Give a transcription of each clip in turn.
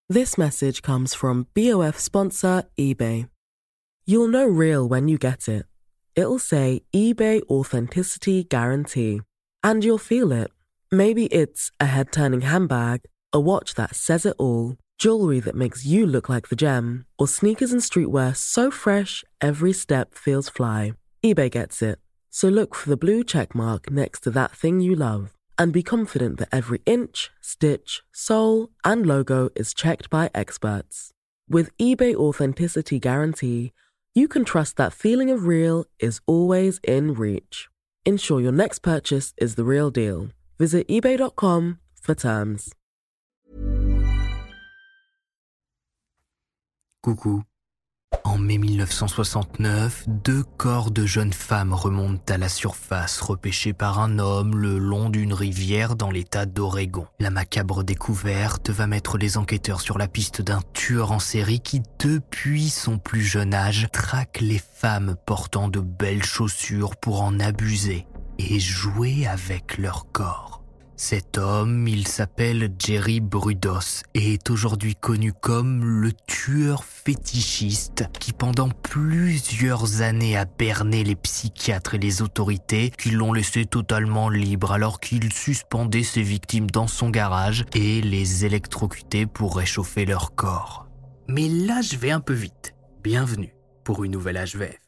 This message comes from BOF sponsor eBay. You'll know real when you get it. It'll say eBay Authenticity Guarantee. And you'll feel it. Maybe it's a head-turning handbag, a watch that says it all, jewelry that makes you look like the gem, or sneakers and streetwear so fresh every step feels fly. eBay gets it. So look for the blue check mark next to that thing you love. And be confident that every inch, stitch, sole, and logo is checked by experts. With eBay Authenticity Guarantee, you can trust that feeling of real is always in reach. Ensure your next purchase is the real deal. Visit ebay.com for terms. Coucou. En mai 1969, 2 corps de jeunes femmes remontent à la surface, repêchés par un homme le long d'une rivière dans l'état d'Oregon. La macabre découverte va mettre les enquêteurs sur la piste d'un tueur en série qui, depuis son plus jeune âge, traque les femmes portant de belles chaussures pour en abuser et jouer avec leur corps. Cet homme, il s'appelle Jerry Brudos et est aujourd'hui connu comme le tueur fétichiste qui pendant plusieurs années a berné les psychiatres et les autorités qui l'ont laissé totalement libre alors qu'il suspendait ses victimes dans son garage et les électrocutait pour réchauffer leur corps. Mais là, je vais un peu vite. Bienvenue pour une nouvelle HVF.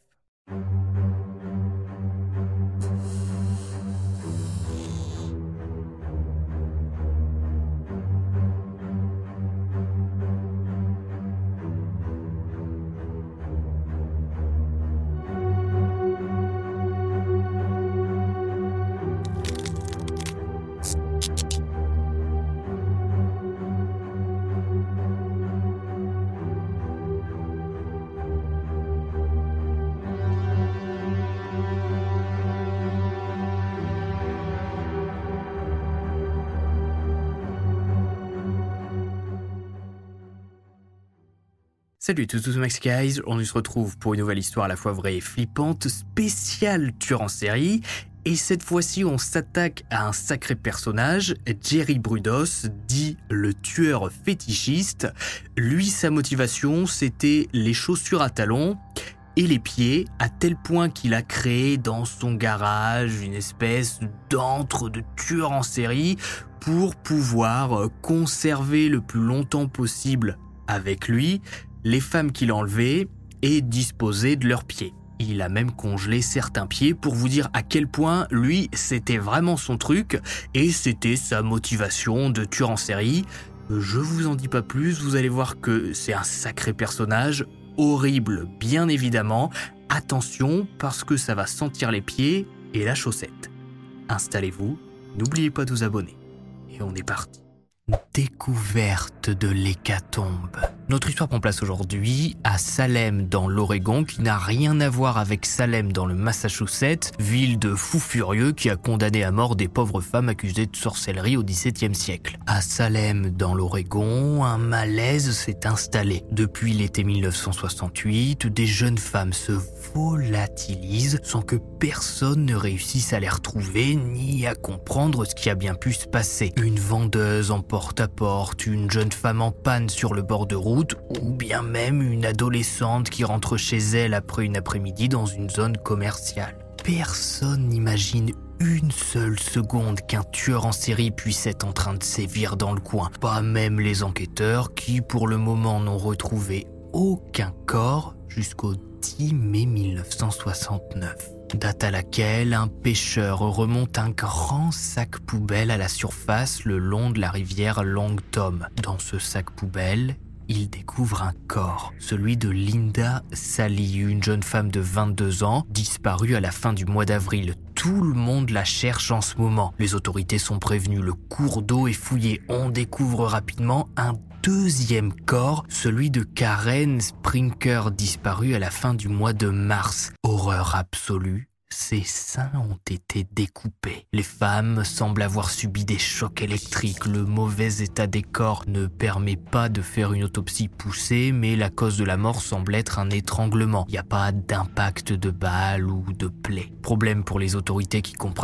Salut tous Max Guys, on se retrouve pour une nouvelle histoire à la fois vraie et flippante, spéciale tueur en série, et cette fois-ci on s'attaque à un sacré personnage, Jerry Brudos, dit le tueur fétichiste. Lui, sa motivation, c'était les chaussures à talons et les pieds, à tel point qu'il a créé dans son garage une espèce d'antre de tueur en série pour pouvoir conserver le plus longtemps possible avec lui les femmes qu'il enlevait et disposer de leurs pieds. Il a même congelé certains pieds pour vous dire à quel point, lui, c'était vraiment son truc et c'était sa motivation de tueur en série. Je vous en dis pas plus, vous allez voir que c'est un sacré personnage, horrible bien évidemment. Attention parce que ça va sentir les pieds et la chaussette. Installez-vous, n'oubliez pas de vous abonner. Et on est parti. Découverte de l'hécatombe. Notre histoire prend place aujourd'hui à Salem dans l'Oregon, qui n'a rien à voir avec Salem dans le Massachusetts, ville de fous furieux qui a condamné à mort des pauvres femmes accusées de sorcellerie au XVIIe siècle. À Salem dans l'Oregon, un malaise s'est installé. Depuis l'été 1968, des jeunes femmes se volatilisent sans que personne ne réussisse à les retrouver ni à comprendre ce qui a bien pu se passer. Une vendeuse en porte-à-porte, une jeune femme en panne sur le bord de route ou bien même une adolescente qui rentre chez elle après une après-midi dans une zone commerciale. Personne n'imagine une seule seconde qu'un tueur en série puisse être en train de sévir dans le coin. Pas même les enquêteurs qui, pour le moment, n'ont retrouvé aucun corps jusqu'au 10 mai 1969. Date à laquelle un pêcheur remonte un grand sac poubelle à la surface le long de la rivière Long Tom. Dans ce sac poubelle, il découvre un corps, celui de Linda Sally, une jeune femme de 22 ans, disparue à la fin du mois d'avril. Tout le monde la cherche en ce moment. Les autorités sont prévenues, le cours d'eau est fouillé. On découvre rapidement un deuxième corps, celui de Karen Sprinker, disparue à la fin du mois de mars. Horreur absolue. Ses seins ont été découpés. Les femmes semblent avoir subi des chocs électriques. Le mauvais état des corps ne permet pas de faire une autopsie poussée, mais la cause de la mort semble être un étranglement. Il n'y a pas d'impact de balle ou de plaie. Problème pour les autorités qui comprennent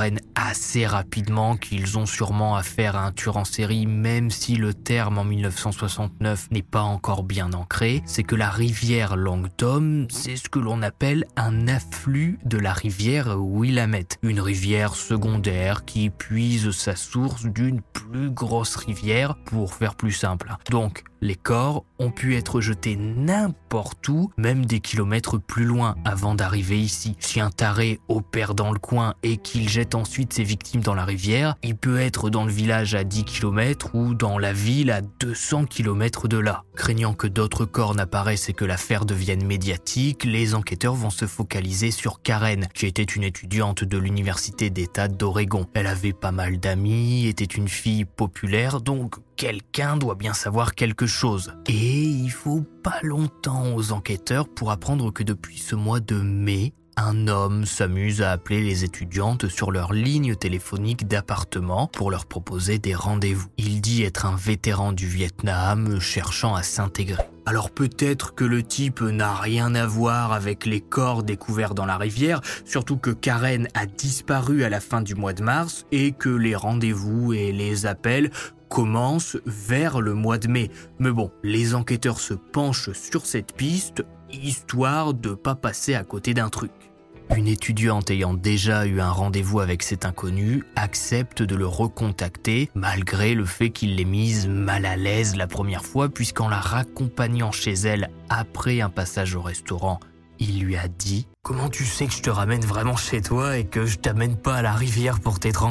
assez rapidement qu'ils ont sûrement affaire à un tueur en série, même si le terme en 1969 n'est pas encore bien ancré, c'est que la rivière Langdom, c'est ce que l'on appelle un afflux de la rivière Willamette, une rivière secondaire qui puise sa source d'une plus grosse rivière, pour faire plus simple. Donc, les corps ont pu être jetés n'importe où, même des kilomètres plus loin, avant d'arriver ici. Si un taré opère dans le coin et qu'il jette ensuite ses victimes dans la rivière, il peut être dans le village à 10 km ou dans la ville à 200 km de là. Craignant que d'autres corps n'apparaissent et que l'affaire devienne médiatique, les enquêteurs vont se focaliser sur Karen, qui était une étudiante de l'université d'État d'Oregon. Elle avait pas mal d'amis, était une fille populaire, donc quelqu'un doit bien savoir quelque chose. Et il faut pas longtemps aux enquêteurs pour apprendre que depuis ce mois de mai, un homme s'amuse à appeler les étudiantes sur leur ligne téléphonique d'appartement pour leur proposer des rendez-vous. Il dit être un vétéran du Vietnam cherchant à s'intégrer. Alors peut-être que le type n'a rien à voir avec les corps découverts dans la rivière, surtout que Karen a disparu à la fin du mois de mars et que les rendez-vous et les appels commencent vers le mois de mai. Mais bon, les enquêteurs se penchent sur cette piste, histoire de pas passer à côté d'un truc. Une étudiante ayant déjà eu un rendez-vous avec cet inconnu accepte de le recontacter malgré le fait qu'il l'ait mise mal à l'aise la première fois, puisqu'en la raccompagnant chez elle après un passage au restaurant, il lui a dit « Comment tu sais que je te ramène vraiment chez toi et que je t'amène pas à la rivière pour t'étrangler ?»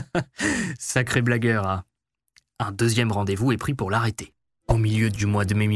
Sacré blagueur, hein. Un deuxième rendez-vous est pris pour l'arrêter. Au milieu du mois de mai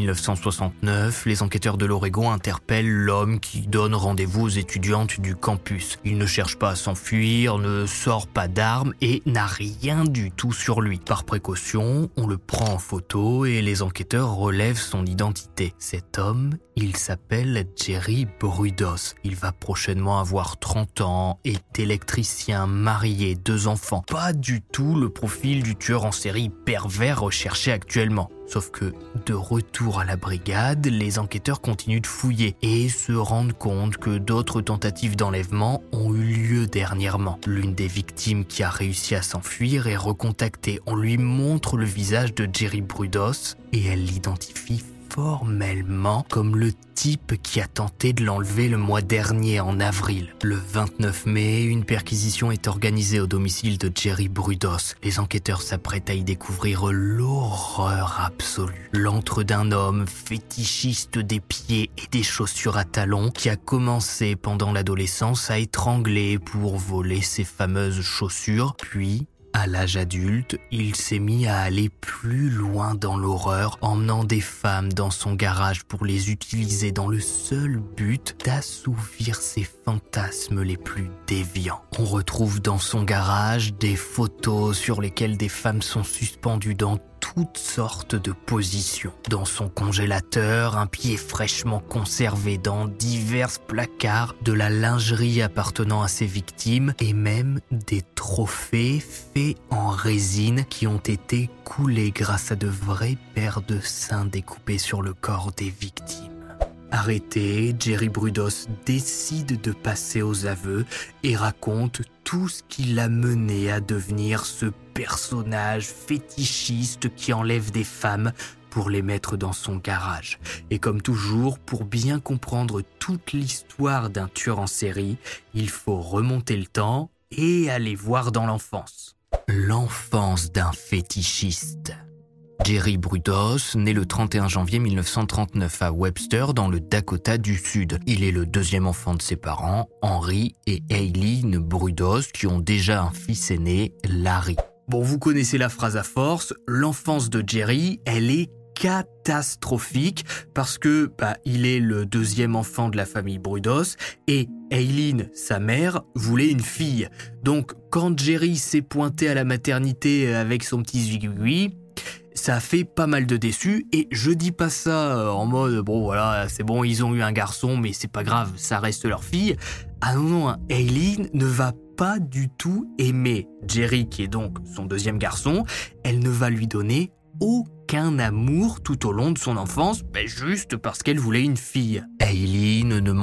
1969, les enquêteurs de l'Oregon interpellent l'homme qui donne rendez-vous aux étudiantes du campus. Il ne cherche pas à s'enfuir, ne sort pas d'armes et n'a rien du tout sur lui. Par précaution, on le prend en photo et les enquêteurs relèvent son identité. Cet homme, il s'appelle Jerry Brudos. Il va prochainement avoir 30 ans, est électricien, marié, 2 enfants. Pas du tout le profil du tueur en série pervers recherché actuellement. Sauf que, de retour à la brigade, les enquêteurs continuent de fouiller et se rendent compte que d'autres tentatives d'enlèvement ont eu lieu dernièrement. L'une des victimes qui a réussi à s'enfuir est recontactée. On lui montre le visage de Jerry Brudos et elle l'identifie formellement comme le type qui a tenté de l'enlever le mois dernier en avril. Le 29 mai, une perquisition est organisée au domicile de Jerry Brudos. Les enquêteurs s'apprêtent à y découvrir l'horreur absolue. L'antre d'un homme fétichiste des pieds et des chaussures à talons qui a commencé pendant l'adolescence à étrangler pour voler ses fameuses chaussures, puis à l'âge adulte, il s'est mis à aller plus loin dans l'horreur, emmenant des femmes dans son garage pour les utiliser dans le seul but d'assouvir ses fantasmes les plus déviants. On retrouve dans son garage des photos sur lesquelles des femmes sont suspendues dans toutes sortes de positions. Dans son congélateur, un pied fraîchement conservé dans divers placards, de la lingerie appartenant à ses victimes et même des trophées faits en résine qui ont été coulés grâce à de vraies paires de seins découpés sur le corps des victimes. Arrêté, Jerry Brudos décide de passer aux aveux et raconte tout ce qui l'a mené à devenir ce personnage fétichiste qui enlève des femmes pour les mettre dans son garage. Et comme toujours, pour bien comprendre toute l'histoire d'un tueur en série, il faut remonter le temps et aller voir dans l'enfance. L'enfance d'un fétichiste. Jerry Brudos naît le 31 janvier 1939 à Webster, dans le Dakota du Sud. Il est le deuxième enfant de ses parents, Henry et Eileen Brudos, qui ont déjà un fils aîné, Larry. Bon, vous connaissez la phrase à force, l'enfance de Jerry, elle est catastrophique parce que il est le deuxième enfant de la famille Brudos et Eileen, sa mère, voulait une fille. Donc, quand Jerry s'est pointé à la maternité avec son petit zigouigui, ça a fait pas mal de déçus et je dis pas ça en mode bon voilà c'est bon ils ont eu un garçon mais c'est pas grave ça reste leur fille. Ah non, Eileen ne va pas du tout aimer Jerry qui est donc son deuxième garçon, elle ne va lui donner aucun amour tout au long de son enfance, juste parce qu'elle voulait une fille. Eileen ne montre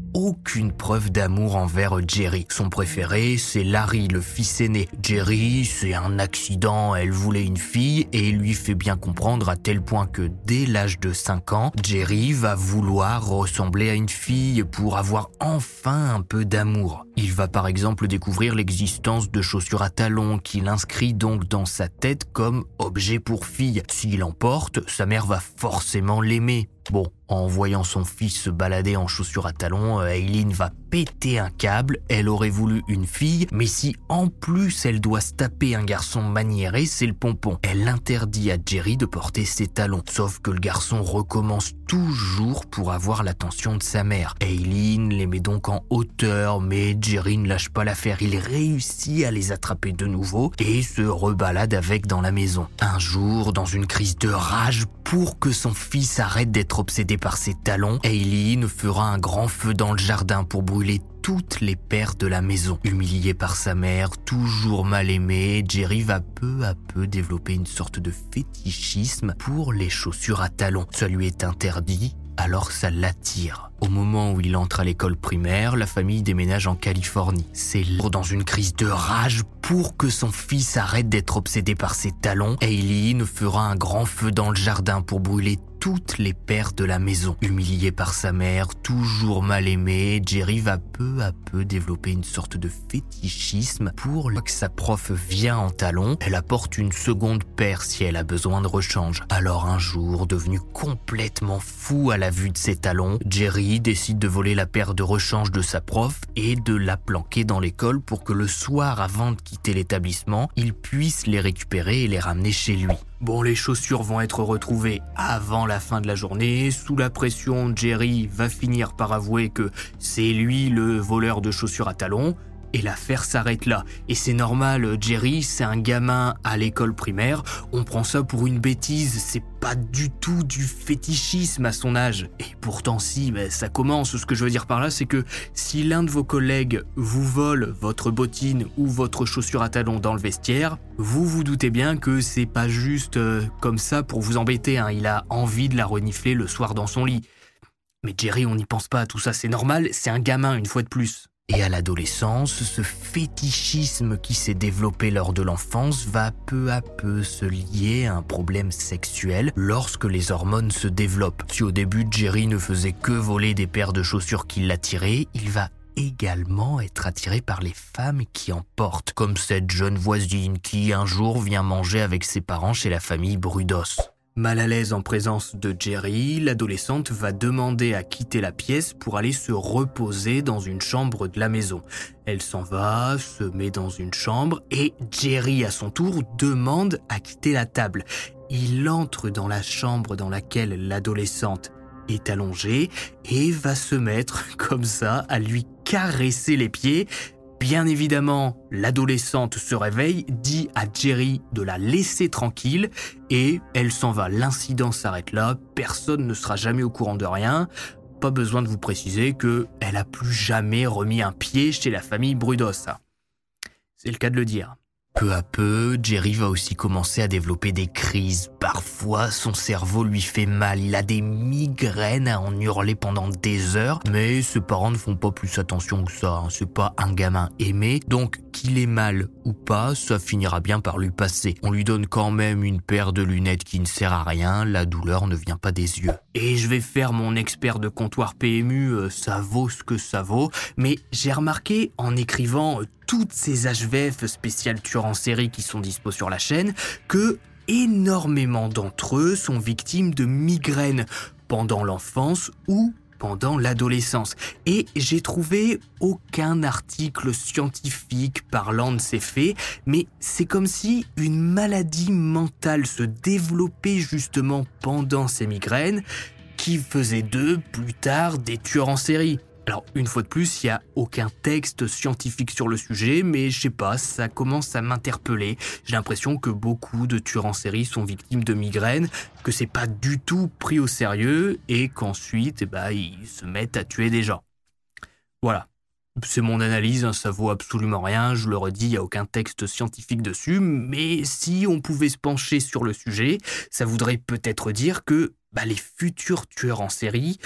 aucune preuve d'amour envers Jerry. Son préféré, c'est Larry, le fils aîné. Jerry, c'est un accident, elle voulait une fille et lui fait bien comprendre à tel point que dès l'âge de 5 ans, Jerry va vouloir ressembler à une fille pour avoir enfin un peu d'amour. Il va par exemple découvrir l'existence de chaussures à talons qu'il inscrit donc dans sa tête comme objet pour fille. S'il en porte, sa mère va forcément l'aimer. Bon, en voyant son fils se balader en chaussures à talons, Aileen va péter un câble. Elle aurait voulu une fille, mais si en plus elle doit se taper un garçon maniéré, c'est le pompon. Elle interdit à Jerry de porter ses talons. Sauf que le garçon recommence toujours pour avoir l'attention de sa mère. Aileen les met donc en hauteur, mais Jerry ne lâche pas l'affaire. Il réussit à les attraper de nouveau et se rebalade avec dans la maison. Un jour, dans une crise de rage, pour que son fils arrête d'être obsédé par ses talons, Aileen fera un grand feu dans le jardin pour brûler toutes les paires de la maison. Humilié par sa mère, toujours mal aimé, Jerry va peu à peu développer une sorte de fétichisme pour les chaussures à talons. Ça lui est interdit, alors ça l'attire. Au moment où il entre à l'école primaire, la famille déménage en Californie. C'est là, dans une crise de rage, pour que son fils arrête d'être obsédé par ses talons, Aileen fera un grand feu dans le jardin pour brûler toutes les paires de la maison. Humilié par sa mère, toujours mal aimé, Jerry va peu à peu développer une sorte de fétichisme pour que sa prof vient en talons. Elle apporte une seconde paire si elle a besoin de rechange. Alors un jour, devenu complètement fou à la vue de ses talons, Jerry décide de voler la paire de rechange de sa prof et de la planquer dans l'école pour que le soir, avant de quitter l'établissement, il puisse les récupérer et les ramener chez lui. Bon, les chaussures vont être retrouvées avant la fin de la journée. Sous la pression, Jerry va finir par avouer que c'est lui le voleur de chaussures à talons. Et l'affaire s'arrête là. Et c'est normal, Jerry, c'est un gamin à l'école primaire. On prend ça pour une bêtise. C'est pas du tout du fétichisme à son âge. Et pourtant si, ça commence. Ce que je veux dire par là, c'est que si l'un de vos collègues vous vole votre bottine ou votre chaussure à talons dans le vestiaire, vous vous doutez bien que c'est pas juste comme ça pour vous embêter. Il a envie de la renifler le soir dans son lit. Mais Jerry, on n'y pense pas à tout ça. C'est normal, c'est un gamin une fois de plus. Et à l'adolescence, ce fétichisme qui s'est développé lors de l'enfance va peu à peu se lier à un problème sexuel lorsque les hormones se développent. Si au début Jerry ne faisait que voler des paires de chaussures qui l'attiraient, il va également être attiré par les femmes qui en portent, comme cette jeune voisine qui un jour vient manger avec ses parents chez la famille Brudos. Mal à l'aise en présence de Jerry, l'adolescente va demander à quitter la pièce pour aller se reposer dans une chambre de la maison. Elle s'en va, se met dans une chambre et Jerry à son tour demande à quitter la table. Il entre dans la chambre dans laquelle l'adolescente est allongée et va se mettre comme ça à lui caresser les pieds. Bien évidemment, l'adolescente se réveille, dit à Jerry de la laisser tranquille et elle s'en va. L'incident s'arrête là, personne ne sera jamais au courant de rien. Pas besoin de vous préciser qu'elle a plus jamais remis un pied chez la famille Brudos. C'est le cas de le dire. Peu à peu, Jerry va aussi commencer à développer des crises. Parfois, son cerveau lui fait mal. Il a des migraines à en hurler pendant des heures. Mais ses parents ne font pas plus attention que ça. C'est pas un gamin aimé. Donc, qu'il ait mal ou pas, ça finira bien par lui passer. On lui donne quand même une paire de lunettes qui ne sert à rien. La douleur ne vient pas des yeux. Et je vais faire mon expert de comptoir PMU, ça vaut ce que ça vaut. Mais j'ai remarqué en écrivant toutes ces HVF spéciales tueurs en série qui sont dispo sur la chaîne que énormément d'entre eux sont victimes de migraines pendant l'enfance ou pendant l'adolescence. Et j'ai trouvé aucun article scientifique parlant de ces faits, mais c'est comme si une maladie mentale se développait justement pendant ces migraines qui faisait d'eux plus tard des tueurs en série. Alors, une fois de plus, il n'y a aucun texte scientifique sur le sujet, mais je sais pas, ça commence à m'interpeller. J'ai l'impression que beaucoup de tueurs en série sont victimes de migraines, que c'est pas du tout pris au sérieux, et qu'ensuite, ils se mettent à tuer des gens. Voilà. C'est mon analyse, ça vaut absolument rien, je le redis, il n'y a aucun texte scientifique dessus, mais si on pouvait se pencher sur le sujet, ça voudrait peut-être dire que les futurs tueurs en série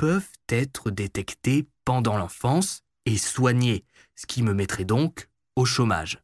peuvent être détectés pendant l'enfance et soignés, ce qui me mettrait donc au chômage.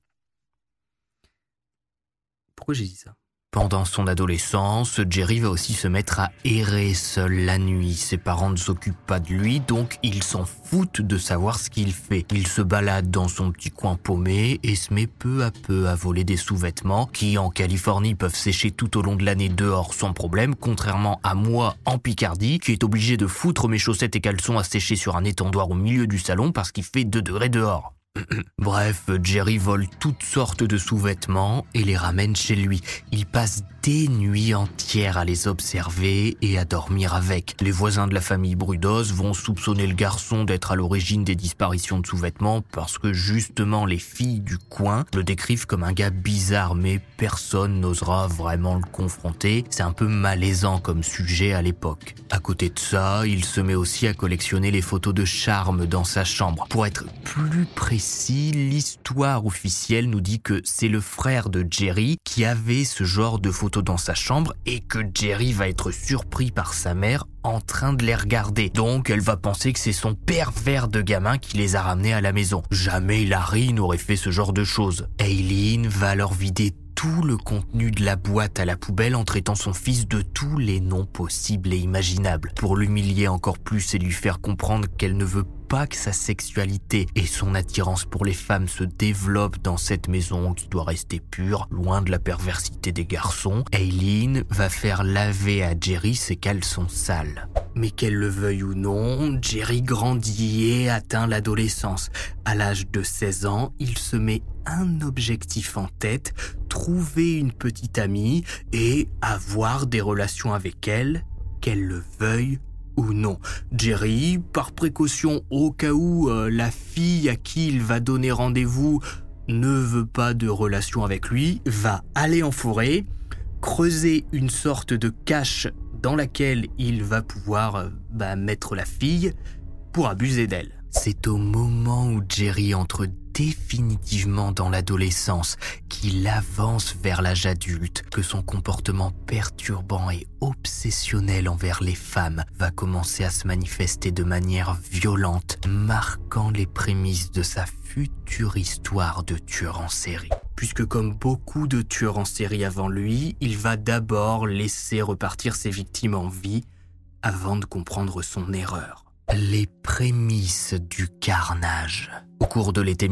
Pourquoi j'ai dit ça ? Pendant son adolescence, Jerry va aussi se mettre à errer seul la nuit. Ses parents ne s'occupent pas de lui, donc ils s'en foutent de savoir ce qu'il fait. Il se balade dans son petit coin paumé et se met peu à peu à voler des sous-vêtements qui, en Californie, peuvent sécher tout au long de l'année dehors sans problème, contrairement à moi en Picardie, qui est obligé de foutre mes chaussettes et caleçons à sécher sur un étendoir au milieu du salon parce qu'il fait 2 degrés dehors. Bref, Jerry vole toutes sortes de sous-vêtements et les ramène chez lui. Il passe des nuits entières à les observer et à dormir avec. Les voisins de la famille Brudos vont soupçonner le garçon d'être à l'origine des disparitions de sous-vêtements parce que justement les filles du coin le décrivent comme un gars bizarre, mais personne n'osera vraiment le confronter. C'est un peu malaisant comme sujet à l'époque. À côté de ça, il se met aussi à collectionner les photos de charme dans sa chambre. Pour être plus précis, l'histoire officielle nous dit que c'est le frère de Jerry qui avait ce genre de photos dans sa chambre et que Jerry va être surpris par sa mère en train de les regarder. Donc elle va penser que c'est son pervers de gamin qui les a ramenés à la maison. Jamais Larry n'aurait fait ce genre de choses. Aileen va leur vider tout le contenu de la boîte à la poubelle en traitant son fils de tous les noms possibles et imaginables. Pour l'humilier encore plus et lui faire comprendre qu'elle ne veut pas que sa sexualité et son attirance pour les femmes se développent dans cette maison qui doit rester pure, loin de la perversité des garçons, Aileen va faire laver à Jerry ses caleçons sales. Mais qu'elle le veuille ou non, Jerry grandit et atteint l'adolescence. À l'âge de 16 ans, il se met un objectif en tête, trouver une petite amie et avoir des relations avec elle, qu'elle le veuille ou non. Jerry, par précaution au cas où la fille à qui il va donner rendez-vous ne veut pas de relation avec lui, va aller en forêt, creuser une sorte de cache dans laquelle il va pouvoir mettre la fille pour abuser d'elle. C'est au moment où Jerry entre définitivement dans l'adolescence, qu'il avance vers l'âge adulte, que son comportement perturbant et obsessionnel envers les femmes va commencer à se manifester de manière violente, marquant les prémices de sa future histoire de tueur en série. Puisque comme beaucoup de tueurs en série avant lui, il va d'abord laisser repartir ses victimes en vie avant de comprendre son erreur. Les prémices du carnage. Au cours de l'été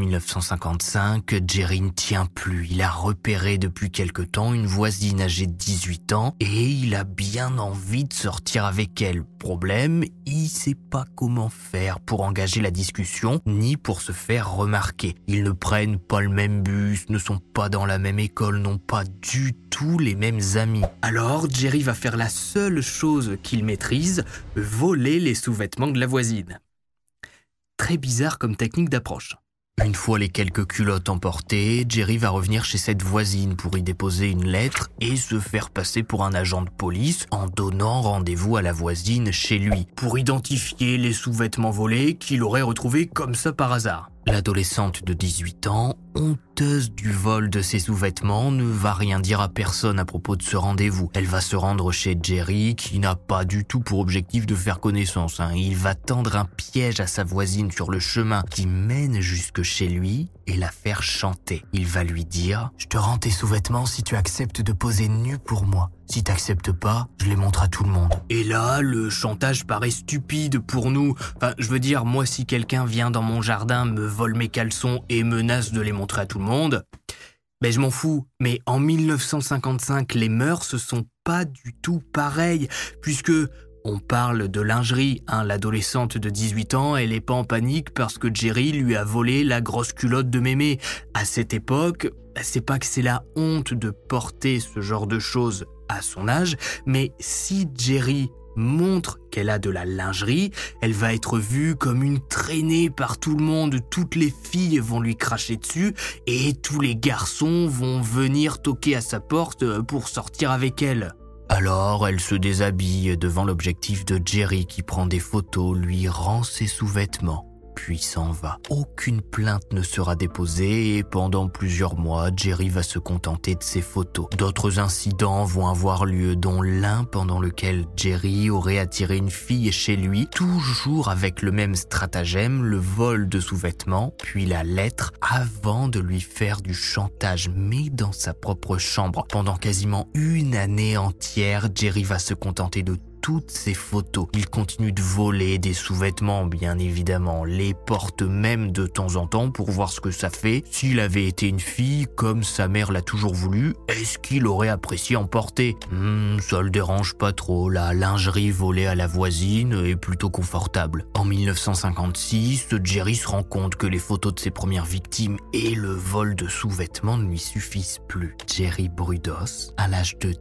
1955, Jerry ne tient plus. Il a repéré depuis quelque temps une voisine âgée de 18 ans et il a bien envie de sortir avec elle. Problème, il sait pas comment faire pour engager la discussion ni pour se faire remarquer. Ils ne prennent pas le même bus, ne sont pas dans la même école, n'ont pas du tout les mêmes amis. Alors, Jerry va faire la seule chose qu'il maîtrise, voler les sous-vêtements de la voisine. Très bizarre comme technique d'approche. Une fois les quelques culottes emportées, Jerry va revenir chez cette voisine pour y déposer une lettre et se faire passer pour un agent de police en donnant rendez-vous à la voisine chez lui pour identifier les sous-vêtements volés qu'il aurait retrouvés comme ça par hasard. L'adolescente de 18 ans, honteuse du vol de ses sous-vêtements, ne va rien dire à personne à propos de ce rendez-vous. Elle va se rendre chez Jerry, qui n'a pas du tout pour objectif de faire connaissance. Il va tendre un piège à sa voisine sur le chemin qui mène jusque chez lui et la faire chanter. Il va lui dire « Je te rends tes sous-vêtements si tu acceptes de poser nu pour moi. Si t'acceptes pas, je les montre à tout le monde. » Et là, le chantage paraît stupide pour nous. Moi, si quelqu'un vient dans mon jardin, me vole mes caleçons et menace de les montrer à tout le monde, je m'en fous. Mais en 1955, les mœurs sont pas du tout pareilles, puisque on parle de lingerie. L'adolescente de 18 ans, elle est pas en panique parce que Jerry lui a volé la grosse culotte de mémé. À cette époque, c'est pas que c'est la honte de porter ce genre de choses à son âge, mais si Jerry montre qu'elle a de la lingerie, elle va être vue comme une traînée par tout le monde. Toutes les filles vont lui cracher dessus et tous les garçons vont venir toquer à sa porte pour sortir avec elle. Alors, elle se déshabille devant l'objectif de Jerry qui prend des photos, lui rend ses sous-vêtements. puis s'en va. Aucune plainte ne sera déposée et pendant plusieurs mois, Jerry va se contenter de ses photos. D'autres incidents vont avoir lieu, dont l'un pendant lequel Jerry aurait attiré une fille chez lui, toujours avec le même stratagème, le vol de sous-vêtements, puis la lettre, avant de lui faire du chantage, mais dans sa propre chambre. Pendant quasiment une année entière, Jerry va se contenter de toutes ces photos. Il continue de voler des sous-vêtements, bien évidemment, les porte même de temps en temps pour voir ce que ça fait. S'il avait été une fille, comme sa mère l'a toujours voulu, est-ce qu'il aurait apprécié en porter ? Ça le dérange pas trop, la lingerie volée à la voisine est plutôt confortable. En 1956, Jerry se rend compte que les photos de ses premières victimes et le vol de sous-vêtements ne lui suffisent plus. Jerry Brudos, à l'âge de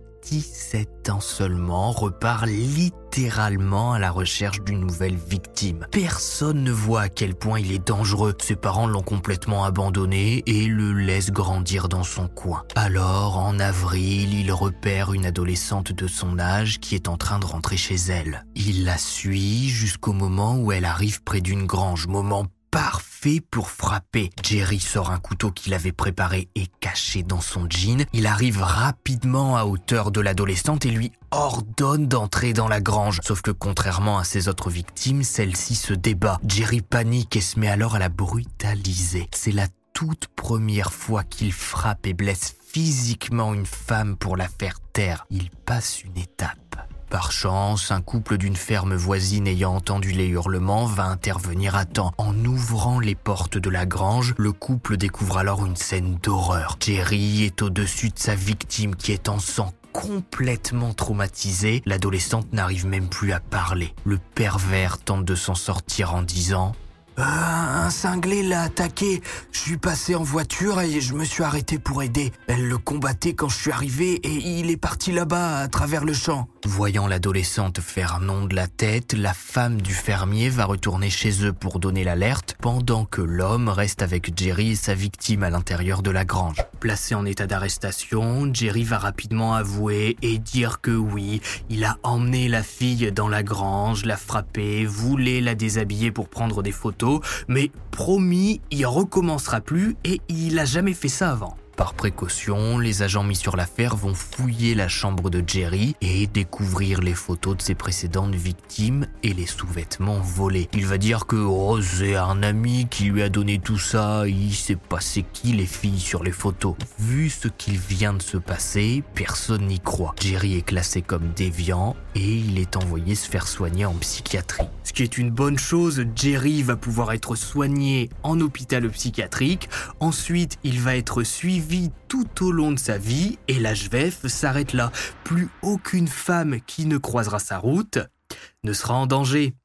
17 ans seulement, repart littéralement à la recherche d'une nouvelle victime. Personne ne voit à quel point il est dangereux. Ses parents l'ont complètement abandonné et le laissent grandir dans son coin. Alors, en avril, il repère une adolescente de son âge qui est en train de rentrer chez elle. Il la suit jusqu'au moment où elle arrive près d'une grange, moment parfait pour frapper. Jerry sort un couteau qu'il avait préparé et caché dans son jean. Il arrive rapidement à hauteur de l'adolescente et lui ordonne d'entrer dans la grange. Sauf que contrairement à ses autres victimes, celle-ci se débat. Jerry panique et se met alors à la brutaliser. C'est la toute première fois qu'il frappe et blesse physiquement une femme pour la faire taire. Il passe une étape. Par chance, un couple d'une ferme voisine ayant entendu les hurlements va intervenir à temps. En ouvrant les portes de la grange, le couple découvre alors une scène d'horreur. Jerry est au-dessus de sa victime qui est en sang. Complètement traumatisée, l'adolescente n'arrive même plus à parler. Le pervers tente de s'en sortir en disant « Un cinglé l'a attaqué. Je suis passé en voiture et je me suis arrêté pour aider. Elle le combattait quand je suis arrivé et il est parti là-bas à travers le champ. » Voyant l'adolescente faire non de la tête, la femme du fermier va retourner chez eux pour donner l'alerte, pendant que l'homme reste avec Jerry et sa victime à l'intérieur de la grange. Placé en état d'arrestation, Jerry va rapidement avouer et dire que oui, il a emmené la fille dans la grange, l'a frappée, voulait la déshabiller pour prendre des photos, mais promis, il recommencera plus et il a jamais fait ça avant. Par précaution, les agents mis sur l'affaire vont fouiller la chambre de Jerry et découvrir les photos de ses précédentes victimes et les sous-vêtements volés. Il va dire que c'est un ami qui lui a donné tout ça, il sait pas c'est qui les filles sur les photos. Vu ce qu'il vient de se passer, personne n'y croit. Jerry est classé comme déviant et il est envoyé se faire soigner en psychiatrie. Ce qui est une bonne chose, Jerry va pouvoir être soigné en hôpital psychiatrique. Ensuite, il va être suivi tout au long de sa vie et l'HVF s'arrête là. Plus aucune femme qui ne croisera sa route ne sera en danger.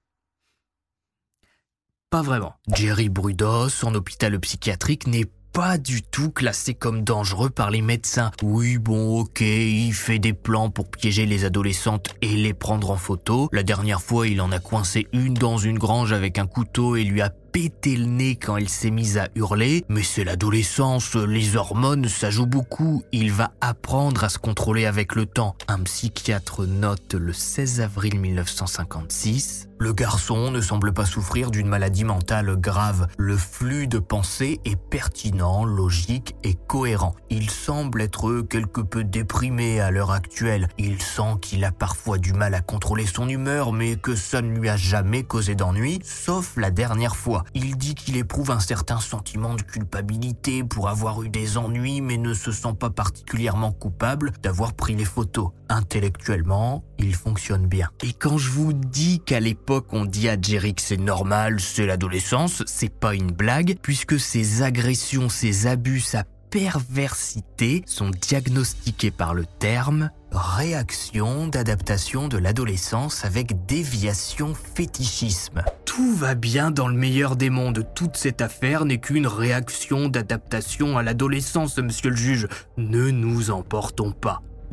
Pas vraiment. Jerry Brudos, en hôpital psychiatrique, n'est pas du tout classé comme dangereux par les médecins. Oui, bon, ok, il fait des plans pour piéger les adolescentes et les prendre en photo. La dernière fois, il en a coincé une dans une grange avec un couteau et lui a pété le nez quand elle s'est mise à hurler. Mais c'est l'adolescence, les hormones, ça joue beaucoup. Il va apprendre à se contrôler avec le temps. Un psychiatre note le 16 avril 1956. Le garçon ne semble pas souffrir d'une maladie mentale grave. Le flux de pensée est pertinent, logique et cohérent. Il semble être quelque peu déprimé à l'heure actuelle. Il sent qu'il a parfois du mal à contrôler son humeur, mais que ça ne lui a jamais causé d'ennui, sauf la dernière fois. Il dit qu'il éprouve un certain sentiment de culpabilité pour avoir eu des ennuis, mais ne se sent pas particulièrement coupable d'avoir pris les photos. Intellectuellement, il fonctionne bien. Et quand je vous dis qu'à l'époque, on dit à Jerry que c'est normal, c'est l'adolescence, c'est pas une blague, puisque ses agressions, ses abus, sa perversité sont diagnostiqués par le terme réaction d'adaptation de l'adolescence avec déviation fétichisme. Tout va bien dans le meilleur des mondes. Toute cette affaire n'est qu'une réaction d'adaptation à l'adolescence, monsieur le juge. Ne nous emportons pas.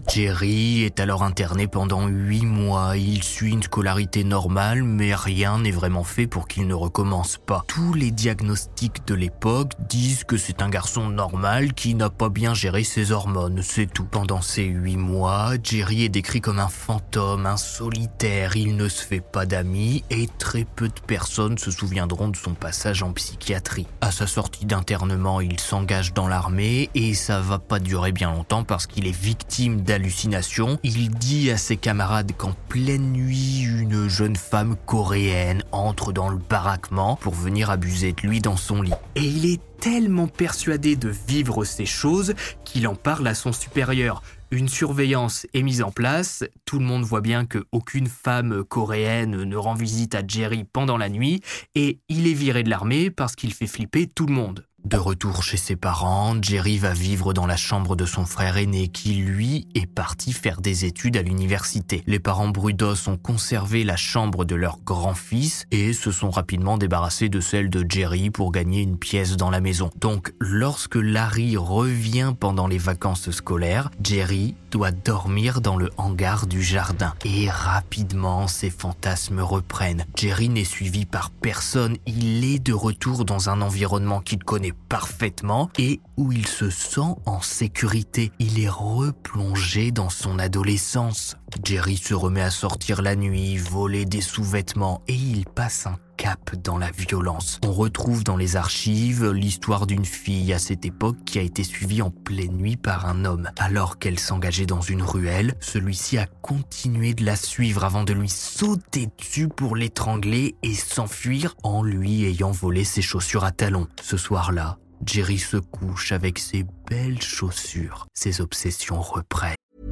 Jerry est alors interné pendant 8 mois. Il suit une scolarité normale, mais rien n'est vraiment fait pour qu'il ne recommence pas. Tous les diagnostics de l'époque disent que c'est un garçon normal qui n'a pas bien géré ses hormones, c'est tout. Pendant ces 8 mois, Jerry est décrit comme un fantôme, un solitaire. Il ne se fait pas d'amis et très peu de personnes se souviendront de son passage en psychiatrie. À sa sortie d'internement, il s'engage dans l'armée et ça va pas durer bien longtemps parce qu'il est victime d'hallucinations. Il dit à ses camarades qu'en pleine nuit, une jeune femme coréenne entre dans le baraquement pour venir abuser de lui dans son lit. Et il est tellement persuadé de vivre ces choses qu'il en parle à son supérieur. Une surveillance est mise en place, tout le monde voit bien qu'aucune femme coréenne ne rend visite à Jerry pendant la nuit et il est viré de l'armée parce qu'il fait flipper tout le monde. De retour chez ses parents, Jerry va vivre dans la chambre de son frère aîné qui, lui, est parti faire des études à l'université. Les parents Brudos ont conservé la chambre de leur grand-fils et se sont rapidement débarrassés de celle de Jerry pour gagner une pièce dans la maison. Donc, lorsque Larry revient pendant les vacances scolaires, Jerry doit dormir dans le hangar du jardin. Et rapidement, ses fantasmes reprennent. Jerry n'est suivi par personne, il est de retour dans un environnement qu'il connaît parfaitement et où il se sent en sécurité. Il est replongé dans son adolescence. Jerry se remet à sortir la nuit, voler des sous-vêtements et il passe un cap dans la violence. On retrouve dans les archives l'histoire d'une fille à cette époque qui a été suivie en pleine nuit par un homme. Alors qu'elle s'engageait dans une ruelle, celui-ci a continué de la suivre avant de lui sauter dessus pour l'étrangler et s'enfuir en lui ayant volé ses chaussures à talons. Ce soir-là, Jerry se couche avec ses belles chaussures. Ses obsessions reprennent.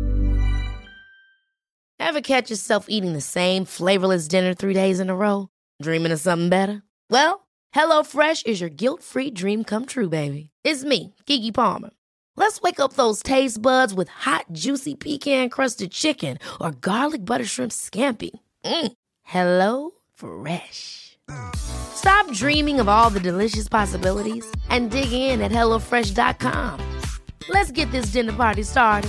Ever catch yourself eating the same flavorless dinner 3 days in a row? Dreaming of something better? Well, HelloFresh is your guilt-free dream come true, baby. It's me, Keke Palmer. Let's wake up those taste buds with hot, juicy pecan-crusted chicken or garlic butter shrimp scampi. Hello Fresh. Stop dreaming of all the delicious possibilities and dig in at HelloFresh.com. Let's get this dinner party started.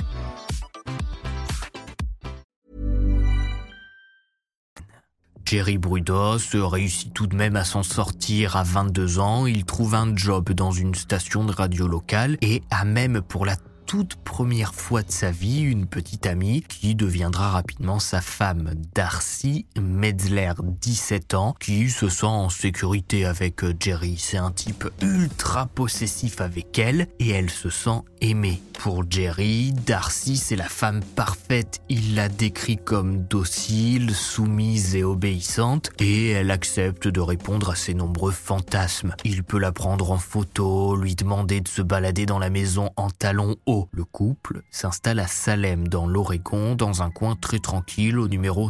Jerry Brudos réussit tout de même à s'en sortir à 22 ans. Il trouve un job dans une station de radio locale et a même pour la toute première fois de sa vie une petite amie qui deviendra rapidement sa femme, Darcy Metzler, 17 ans, qui se sent en sécurité avec Jerry. C'est un type ultra possessif avec elle et elle se sent aimée. Pour Jerry, Darcy, c'est la femme parfaite. Il la décrit comme docile, soumise et obéissante et elle accepte de répondre à ses nombreux fantasmes. Il peut la prendre en photo, lui demander de se balader dans la maison en talons hauts. Le couple s'installe à Salem, dans l'Oregon, dans un coin très tranquille au numéro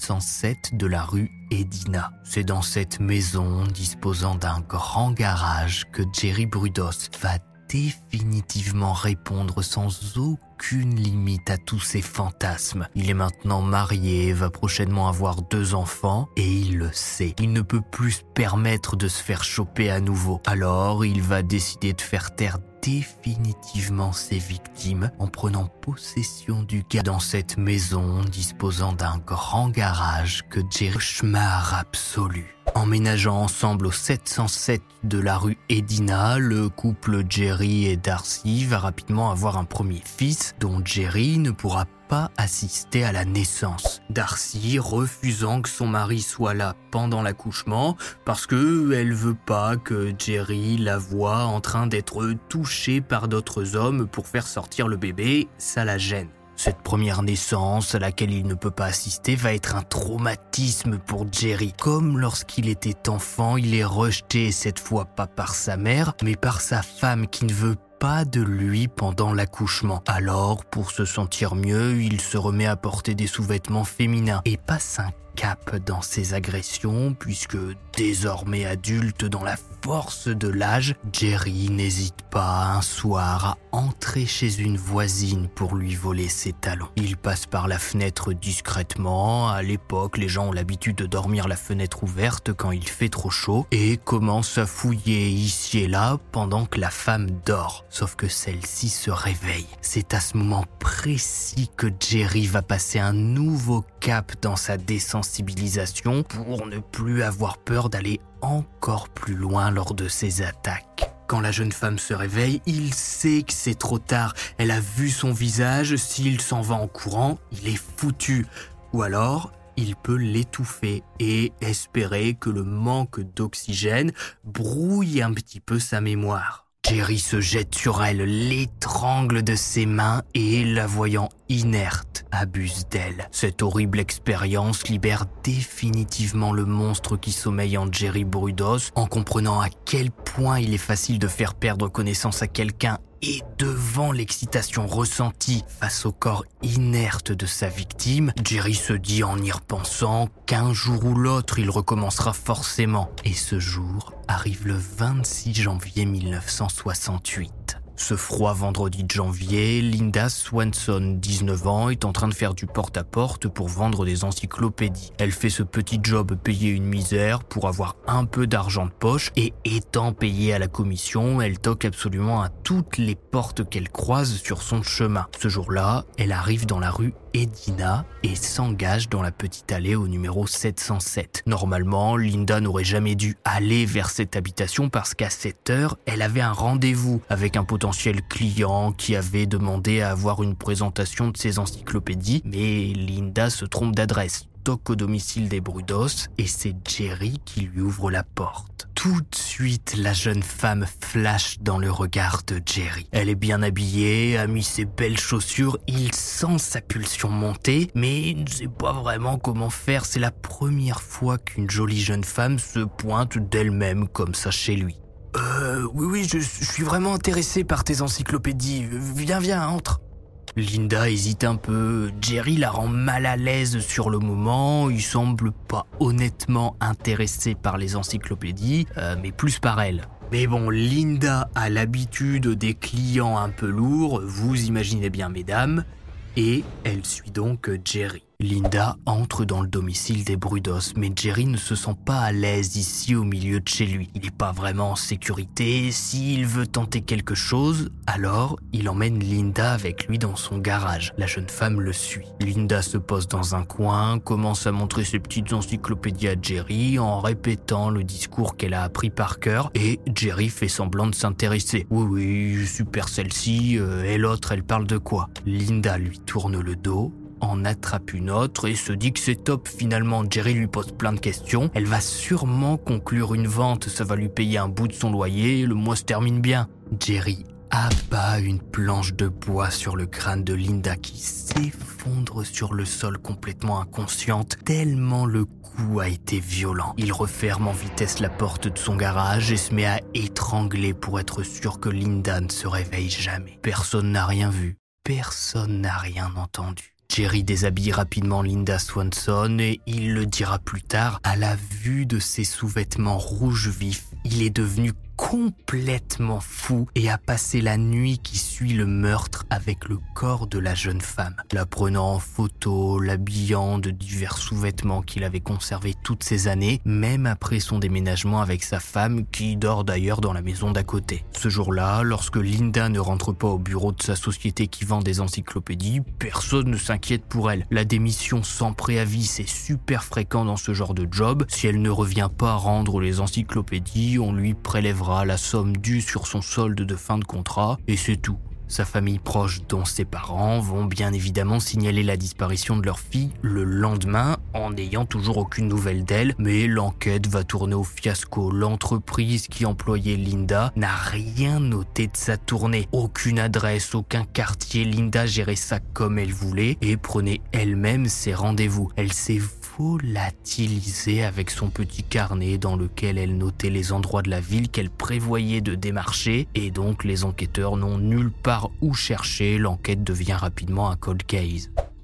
707 de la rue Edina. C'est dans cette maison, disposant d'un grand garage, que Jerry Brudos va définitivement répondre sans aucune limite à tous ses fantasmes. Il est maintenant marié, va prochainement avoir 2 enfants et il le sait. Il ne peut plus se permettre de se faire choper à nouveau. Alors, il va décider de faire taire définitivement ses victimes en prenant possession du gars dans cette maison disposant d'un grand garage que Jerry cauchemar absolu. Emménageant ensemble au 707 de la rue Edina, le couple Jerry et Darcy va rapidement avoir un premier fils dont Jerry ne pourra pas assister à la naissance. Darcy refusant que son mari soit là pendant l'accouchement parce que elle veut pas que Jerry la voie en train d'être touché par d'autres hommes pour faire sortir le bébé, ça la gêne. Cette première naissance à laquelle il ne peut pas assister va être un traumatisme pour Jerry. Comme lorsqu'il était enfant, il est rejeté cette fois pas par sa mère, mais par sa femme qui ne veut pas de lui pendant l'accouchement. Alors, pour se sentir mieux, il se remet à porter des sous-vêtements féminins et passe un cap dans ses agressions puisque, désormais adulte dans la force de l'âge, Jerry n'hésite pas un soir à entrer chez une voisine pour lui voler ses talons. Il passe par la fenêtre discrètement. À l'époque, les gens ont l'habitude de dormir la fenêtre ouverte quand il fait trop chaud et commence à fouiller ici et là pendant que la femme dort. Sauf que celle-ci se réveille. C'est à ce moment précis que Jerry va passer un nouveau cap dans sa désensibilisation pour ne plus avoir peur d'aller encore plus loin lors de ses attaques. Quand la jeune femme se réveille, il sait que c'est trop tard. Elle a vu son visage, s'il s'en va en courant, il est foutu. Ou alors, il peut l'étouffer et espérer que le manque d'oxygène brouille un petit peu sa mémoire. Jerry se jette sur elle, l'étrangle de ses mains et, la voyant inerte, abuse d'elle. Cette horrible expérience libère définitivement le monstre qui sommeille en Jerry Brudos, en comprenant à quel point il est facile de faire perdre connaissance à quelqu'un et devant l'excitation ressentie face au corps inerte de sa victime, Jerry se dit en y repensant qu'un jour ou l'autre il recommencera forcément. Et ce jour arrive le 26 janvier 1968. Ce froid vendredi de janvier, Linda Swanson, 19 ans, est en train de faire du porte-à-porte pour vendre des encyclopédies. Elle fait ce petit job payé une misère pour avoir un peu d'argent de poche et étant payée à la commission, elle toque absolument à toutes les portes qu'elle croise sur son chemin. Ce jour-là, elle arrive dans la rue Edina et s'engage dans la petite allée au numéro 707. Normalement, Linda n'aurait jamais dû aller vers cette habitation parce qu'à cette heure, elle avait un rendez-vous avec un potentiel client qui avait demandé à avoir une présentation de ses encyclopédies, mais Linda se trompe d'adresse. Toque au domicile des Brudos et c'est Jerry qui lui ouvre la porte. Tout de suite, la jeune femme flash dans le regard de Jerry. Elle est bien habillée, a mis ses belles chaussures, il sent sa pulsion monter, mais ne sait pas vraiment comment faire. C'est la première fois qu'une jolie jeune femme se pointe d'elle-même comme ça chez lui. Oui, je suis vraiment intéressé par tes encyclopédies. Viens, entre. Linda hésite un peu. Jerry la rend mal à l'aise sur le moment. Il semble pas honnêtement intéressé par les encyclopédies, mais plus par elle. Mais bon, Linda a l'habitude des clients un peu lourds, vous imaginez bien mesdames, et elle suit donc Jerry. Linda entre dans le domicile des Brudos, mais Jerry ne se sent pas à l'aise ici au milieu de chez lui. Il n'est pas vraiment en sécurité. S'il veut tenter quelque chose, alors il emmène Linda avec lui dans son garage. La jeune femme le suit. Linda se pose dans un coin, commence à montrer ses petites encyclopédies à Jerry en répétant le discours qu'elle a appris par cœur et Jerry fait semblant de s'intéresser. Oui, super celle-ci, et l'autre, elle parle de quoi? Linda lui tourne le dos, en attrape une autre et se dit que c'est top finalement. Jerry lui pose plein de questions. Elle va sûrement conclure une vente, ça va lui payer un bout de son loyer, le mois se termine bien. Jerry abat une planche de bois sur le crâne de Linda qui s'effondre sur le sol complètement inconsciente tellement le coup a été violent. Il referme en vitesse la porte de son garage et se met à étrangler pour être sûr que Linda ne se réveille jamais. Personne n'a rien vu, personne n'a rien entendu. Jerry déshabille rapidement Linda Swanson et il le dira plus tard, à la vue de ses sous-vêtements rouges vifs, il est devenu complètement fou et a passé la nuit qui suit le meurtre avec le corps de la jeune femme, la prenant en photo, l'habillant de divers sous-vêtements qu'il avait conservés toutes ces années, même après son déménagement avec sa femme qui dort d'ailleurs dans la maison d'à côté. Ce jour-là, lorsque Linda ne rentre pas au bureau de sa société qui vend des encyclopédies, personne ne s'inquiète pour elle. La démission sans préavis, c'est super fréquent dans ce genre de job. Si elle ne revient pas rendre les encyclopédies, on lui prélèvera la somme due sur son solde de fin de contrat et c'est tout. Sa famille proche, dont ses parents, vont bien évidemment signaler la disparition de leur fille le lendemain en n'ayant toujours aucune nouvelle d'elle, mais l'enquête va tourner au fiasco. L'entreprise qui employait Linda n'a rien noté de sa tournée. Aucune adresse, aucun quartier. Linda gérait ça comme elle voulait et prenait elle-même ses rendez-vous. Elle s'est volatilisée avec son petit carnet dans lequel elle notait les endroits de la ville qu'elle prévoyait de démarcher et donc les enquêteurs n'ont nulle part où chercher. L'enquête devient rapidement un cold case.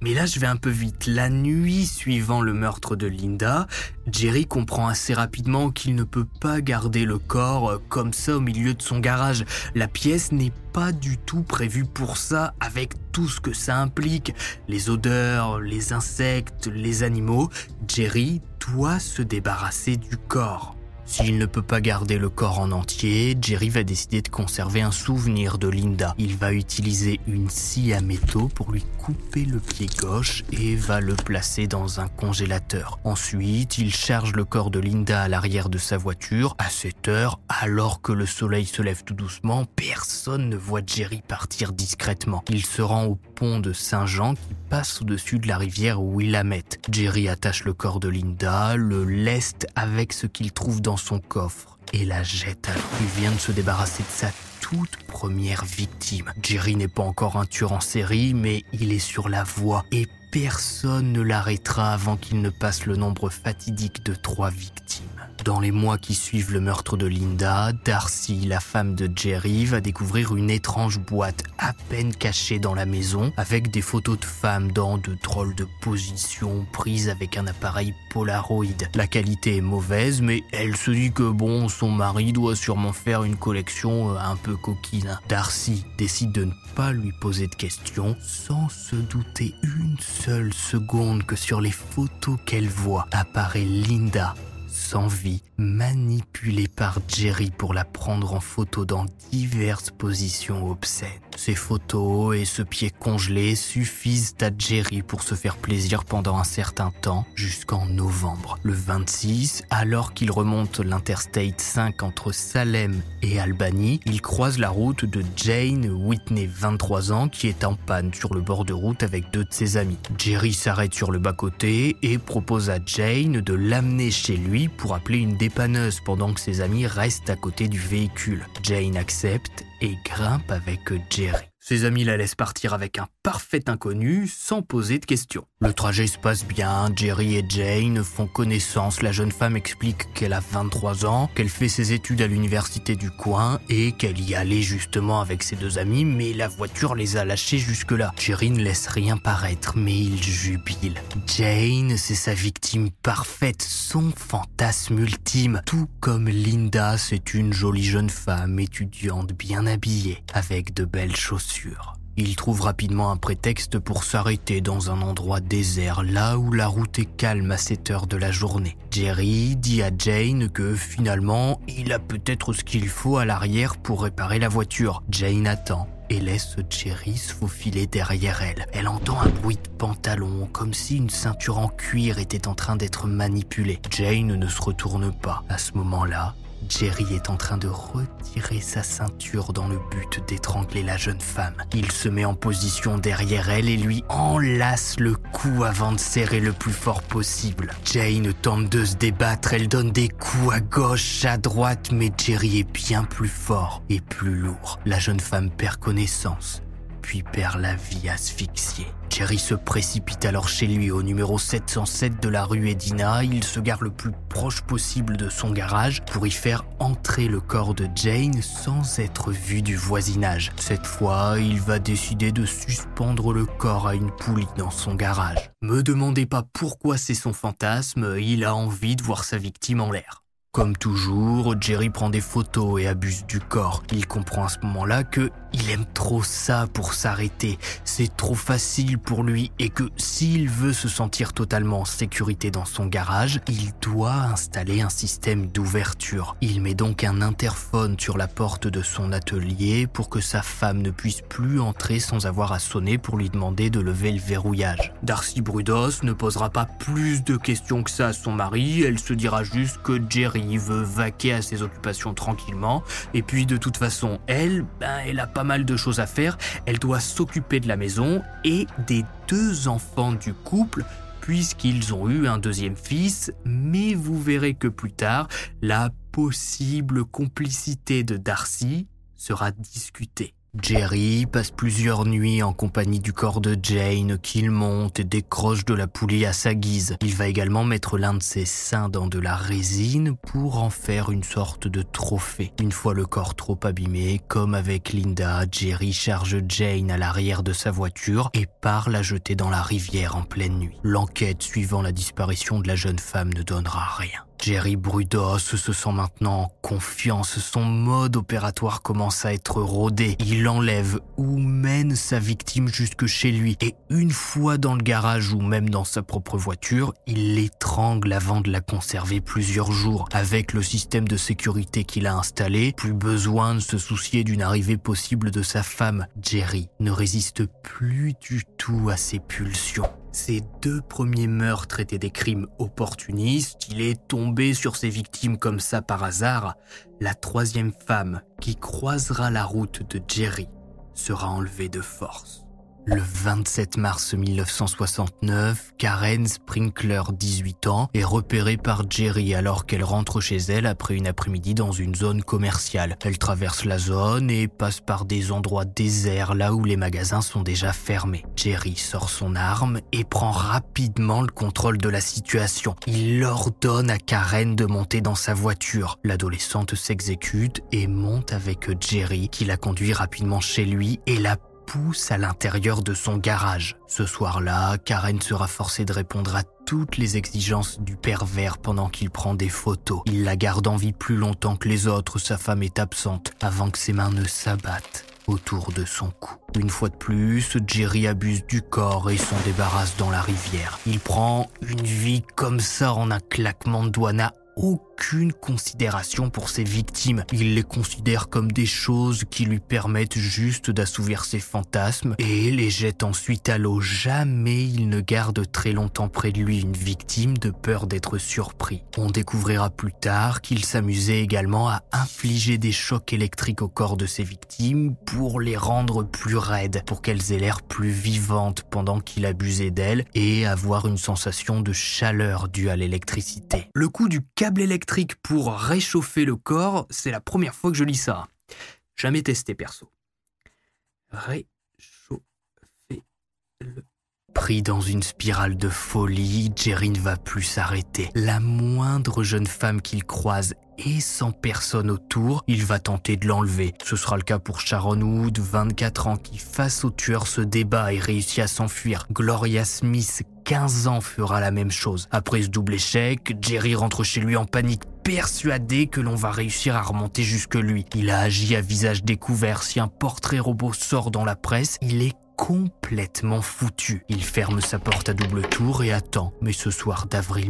Mais là, je vais un peu vite. La nuit suivant le meurtre de Linda, Jerry comprend assez rapidement qu'il ne peut pas garder le corps comme ça au milieu de son garage. La pièce n'est pas du tout prévue pour ça, avec tout ce que ça implique. Les odeurs, les insectes, les animaux. Jerry doit se débarrasser du corps. S'il ne peut pas garder le corps en entier, Jerry va décider de conserver un souvenir de Linda. Il va utiliser une scie à métaux pour lui couper le pied gauche et va le placer dans un congélateur. Ensuite, il charge le corps de Linda à l'arrière de sa voiture. À cette heure, alors que le soleil se lève tout doucement, personne ne voit Jerry partir discrètement. Il se rend au pont de Saint-Jean qui passe au-dessus de la rivière Willamette. Jerry attache le corps de Linda, le leste avec ce qu'il trouve dans son coffre et la jette à l'eau. Il vient de se débarrasser de sa toute première victime. Jerry n'est pas encore un tueur en série, mais il est sur la voie et personne ne l'arrêtera avant qu'il ne passe le nombre fatidique de 3 victimes. Dans les mois qui suivent le meurtre de Linda, Darcy, la femme de Jerry, va découvrir une étrange boîte à peine cachée dans la maison avec des photos de femmes dans de drôles de positions prises avec un appareil Polaroid. La qualité est mauvaise, mais elle se dit que son mari doit sûrement faire une collection un peu coquine. Darcy décide de ne pas lui poser de questions sans se douter une seule seconde que sur les photos qu'elle voit apparaît Linda, sans vie, manipulée par Jerry pour la prendre en photo dans diverses positions obscènes. Ces photos et ce pied congelé suffisent à Jerry pour se faire plaisir pendant un certain temps, jusqu'en novembre. Le 26, alors qu'il remonte l'Interstate 5 entre Salem et Albany, il croise la route de Jane Whitney, 23 ans, qui est en panne sur le bord de route avec 2 de ses amis. Jerry s'arrête sur le bas-côté et propose à Jane de l'amener chez lui pour appeler une dépanneuse pendant que ses amis restent à côté du véhicule. Jane accepte et grimpe avec Jerry. Ses amis la laissent partir avec un parfait inconnu sans poser de questions. Le trajet se passe bien, Jerry et Jane font connaissance. La jeune femme explique qu'elle a 23 ans, qu'elle fait ses études à l'université du coin et qu'elle y allait justement avec ses 2 amis, mais la voiture les a lâchés jusque-là. Jerry ne laisse rien paraître, mais il jubile. Jane, c'est sa victime parfaite, son fantasme ultime. Tout comme Linda, c'est une jolie jeune femme étudiante bien habillée, avec de belles chaussures. Il trouve rapidement un prétexte pour s'arrêter dans un endroit désert, là où la route est calme à cette heure de la journée. Jerry dit à Jane que finalement, il a peut-être ce qu'il faut à l'arrière pour réparer la voiture. Jane attend et laisse Jerry se faufiler derrière elle. Elle entend un bruit de pantalon, comme si une ceinture en cuir était en train d'être manipulée. Jane ne se retourne pas. À ce moment-là, Jerry est en train de retirer sa ceinture dans le but d'étrangler la jeune femme. Il se met en position derrière elle et lui enlace le cou avant de serrer le plus fort possible. Jane tente de se débattre, elle donne des coups à gauche, à droite, mais Jerry est bien plus fort et plus lourd. La jeune femme perd connaissance, puis perd la vie asphyxiée. Jerry se précipite alors chez lui au numéro 707 de la rue Edina. Il se gare le plus proche possible de son garage pour y faire entrer le corps de Jane sans être vu du voisinage. Cette fois, il va décider de suspendre le corps à une poulie dans son garage. Me demandez pas pourquoi c'est son fantasme, il a envie de voir sa victime en l'air. Comme toujours, Jerry prend des photos et abuse du corps. Il comprend à ce moment-là que il aime trop ça pour s'arrêter. C'est trop facile pour lui et que s'il veut se sentir totalement en sécurité dans son garage, il doit installer un système d'ouverture. Il met donc un interphone sur la porte de son atelier pour que sa femme ne puisse plus entrer sans avoir à sonner pour lui demander de lever le verrouillage. Darcy Brudos ne posera pas plus de questions que ça à son mari. Elle se dira juste que Jerry veut vaquer à ses occupations tranquillement. Et puis de toute façon, elle a pas mal de choses à faire. Elle doit s'occuper de la maison et des 2 enfants du couple, puisqu'ils ont eu un 2e fils. Mais vous verrez que plus tard, la possible complicité de Darcy sera discutée. Jerry passe plusieurs nuits en compagnie du corps de Jane qu'il monte et décroche de la poulie à sa guise. Il va également mettre l'un de ses seins dans de la résine pour en faire une sorte de trophée. Une fois le corps trop abîmé, comme avec Linda, Jerry charge Jane à l'arrière de sa voiture et part la jeter dans la rivière en pleine nuit. L'enquête suivant la disparition de la jeune femme ne donnera rien. Jerry Brudos se sent maintenant en confiance, son mode opératoire commence à être rodé. Il enlève ou mène sa victime jusque chez lui et une fois dans le garage ou même dans sa propre voiture, il l'étrangle avant de la conserver plusieurs jours. Avec le système de sécurité qu'il a installé, plus besoin de se soucier d'une arrivée possible de sa femme. Jerry ne résiste plus du tout à ses pulsions. Ses 2 premiers meurtres étaient des crimes opportunistes, il est tombé sur ses victimes comme ça par hasard. La 3e femme qui croisera la route de Jerry sera enlevée de force. Le 27 mars 1969, Karen Sprinkler, 18 ans, est repérée par Jerry alors qu'elle rentre chez elle après une après-midi dans une zone commerciale. Elle traverse la zone et passe par des endroits déserts là où les magasins sont déjà fermés. Jerry sort son arme et prend rapidement le contrôle de la situation. Il ordonne à Karen de monter dans sa voiture. L'adolescente s'exécute et monte avec Jerry qui la conduit rapidement chez lui et la pousse à l'intérieur de son garage. Ce soir-là, Karen sera forcée de répondre à toutes les exigences du pervers pendant qu'il prend des photos. Il la garde en vie plus longtemps que les autres, sa femme est absente, avant que ses mains ne s'abattent autour de son cou. Une fois de plus, Jerry abuse du corps et s'en débarrasse dans la rivière. Il prend une vie comme ça en un claquement de doigts, n'a aucune considération pour ses victimes. Il les considère comme des choses qui lui permettent juste d'assouvir ses fantasmes et les jette ensuite à l'eau. Jamais il ne garde très longtemps près de lui une victime de peur d'être surpris. On découvrira plus tard qu'il s'amusait également à infliger des chocs électriques au corps de ses victimes pour les rendre plus raides, pour qu'elles aient l'air plus vivantes pendant qu'il abusait d'elles et avoir une sensation de chaleur due à l'électricité. Le coup du câble électrique pour réchauffer le corps, c'est la première fois que je lis ça. Jamais testé perso. Réchauffer le... Pris dans une spirale de folie, Jerry ne va plus s'arrêter. La moindre jeune femme qu'il croise et sans personne autour, il va tenter de l'enlever. Ce sera le cas pour Sharon Wood, 24 ans, qui face au tueur se débat et réussit à s'enfuir. Gloria Smith, 15 ans, fera la même chose. Après ce double échec, Jerry rentre chez lui en panique, persuadé que l'on va réussir à remonter jusque lui. Il a agi à visage découvert. Si un portrait robot sort dans la presse, il est complètement foutu. Il ferme sa porte à double tour et attend. Mais ce soir d'avril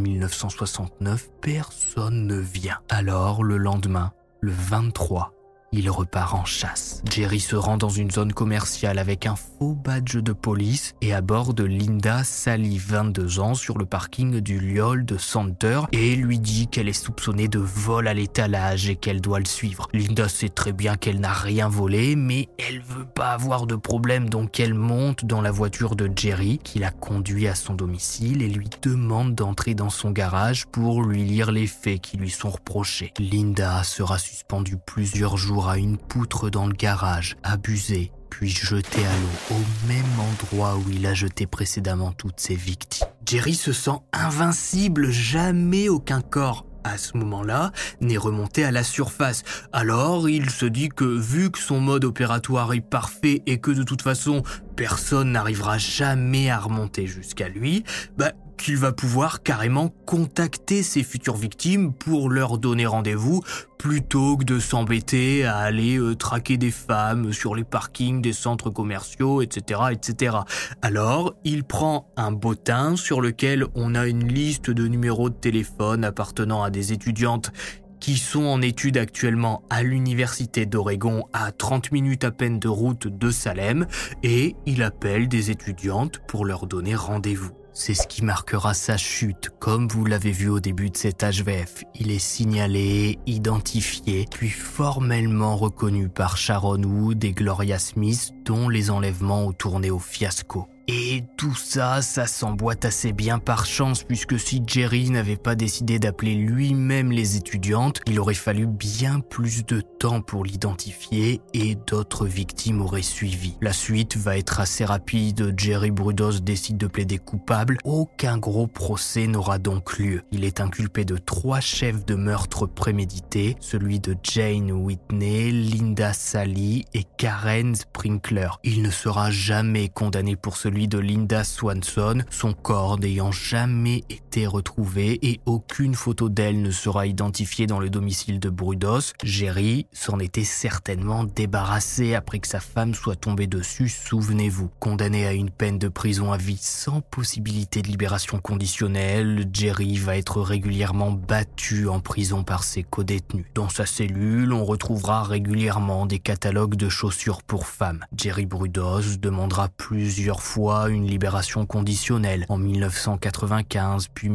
1969, personne ne vient. Alors, le lendemain, le 23, il repart en chasse. Jerry se rend dans une zone commerciale avec un faux badge de police et aborde Linda Sally, 22 ans, sur le parking du Lloyd Center et lui dit qu'elle est soupçonnée de vol à l'étalage et qu'elle doit le suivre. Linda sait très bien qu'elle n'a rien volé, mais elle veut pas avoir de problème, donc elle monte dans la voiture de Jerry qui la conduit à son domicile et lui demande d'entrer dans son garage pour lui lire les faits qui lui sont reprochés. Linda sera suspendue plusieurs jours à une poutre dans le garage, abusée, puis jetée à l'eau, au même endroit où il a jeté précédemment toutes ses victimes. Jerry se sent invincible, jamais aucun corps à ce moment-là n'est remonté à la surface. Alors il se dit que vu que son mode opératoire est parfait et que de toute façon personne n'arrivera jamais à remonter jusqu'à lui, qu'il va pouvoir carrément contacter ses futures victimes pour leur donner rendez-vous plutôt que de s'embêter à aller traquer des femmes sur les parkings des centres commerciaux, etc., etc. Alors, il prend un bottin sur lequel on a une liste de numéros de téléphone appartenant à des étudiantes qui sont en études actuellement à l'université d'Oregon à 30 minutes à peine de route de Salem et il appelle des étudiantes pour leur donner rendez-vous. C'est ce qui marquera sa chute, comme vous l'avez vu au début de cet HVF. Il est signalé, identifié, puis formellement reconnu par Sharon Wood et Gloria Smith, dont les enlèvements ont tourné au fiasco. Et tout ça s'emboîte assez bien par chance puisque si Jerry n'avait pas décidé d'appeler lui-même les étudiantes, il aurait fallu bien plus de temps pour l'identifier et d'autres victimes auraient suivi. La suite va être assez rapide, Jerry Brudos décide de plaider coupable, aucun gros procès n'aura donc lieu. Il est inculpé de 3 chefs de meurtre prémédités, celui de Jane Whitney, Linda Sally et Karen Sprinkler. Il ne sera jamais condamné pour celui de Linda Swanson, son corps n'ayant jamais été retrouvé et aucune photo d'elle ne sera identifiée dans le domicile de Brudos. Jerry s'en était certainement débarrassé après que sa femme soit tombée dessus, souvenez-vous. Condamné à une peine de prison à vie sans possibilité de libération conditionnelle, Jerry va être régulièrement battu en prison par ses codétenus. Dans sa cellule, on retrouvera régulièrement des catalogues de chaussures pour femmes. Jerry Brudos demandera plusieurs fois une libération conditionnelle en 1995 puis